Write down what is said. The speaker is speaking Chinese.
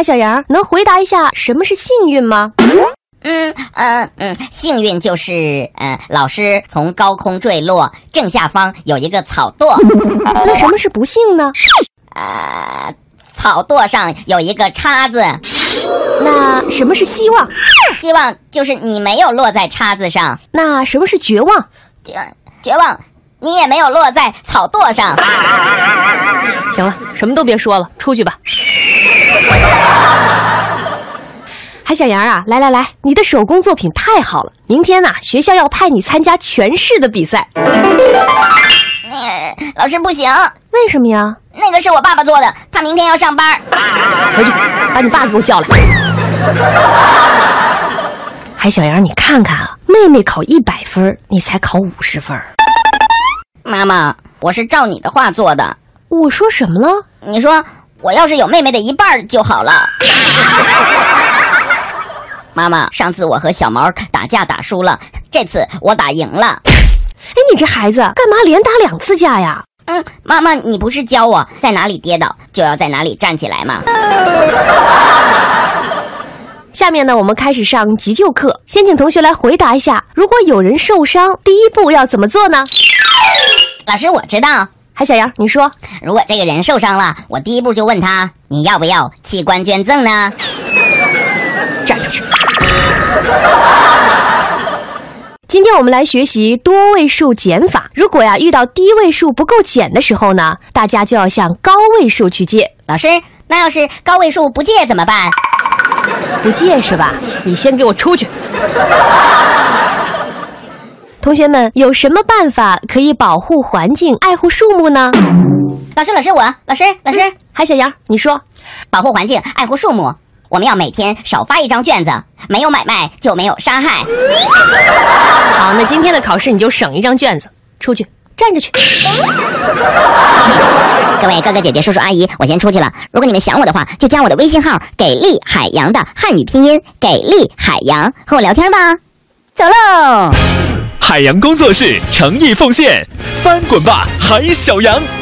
海小羊，能回答一下什么是幸运吗？ 幸运就是老师从高空坠落，正下方有一个草垛。 那什么是不幸呢？ 草垛上有一个叉子。 那什么是希望？ 希望就是你没有落在叉子上。 那什么是绝望？ 绝望，你也没有落在草垛上。 行了，什么都别说了，出去吧。海小羊啊，来，你的手工作品太好了，明天啊，学校要派你参加全市的比赛。 老师不行。 为什么呀？ 那个是我爸爸做的，他明天要上班。 回去把你爸给我叫来。海小羊，你看看啊，妹妹考100分，你才考50分。 妈妈，我是照你的话做的。 我说什么了？ 你说我要是有妹妹的一半就好了。妈妈，上次我和小毛打架打输了，这次我打赢了。 哎，你这孩子干嘛连打2次架呀？ 妈妈，你不是教我在哪里跌倒就要在哪里站起来吗？ 下面呢，我们开始上急救课，先请同学来回答一下，如果有人受伤，第一步要怎么做呢？ 老师，我知道。 海小羊，你说。 如果这个人受伤了，我第一步就问他，你要不要器官捐赠呢？ 站出去。今天我们来学习多位数减法。如果呀遇到低位数不够减的时候呢，大家就要向高位数去借。 老师，那要是高位数不借怎么办？ 不借是吧？你先给我出去。同学们，有什么办法可以保护环境、爱护树木呢？ 老师， 海小羊，你说。 保护环境，爱护树木，我们要每天少发1张卷子，没有买卖就没有杀害。 好，那今天的考试你就省1张卷子，出去站着去。 各位哥哥姐姐叔叔阿姨，我先出去了。如果你们想我的话，就加我的微信号给力海洋的汉语拼音给力海洋，和我聊天吧。走喽！ 海洋工作室诚意奉献，翻滚吧海小羊。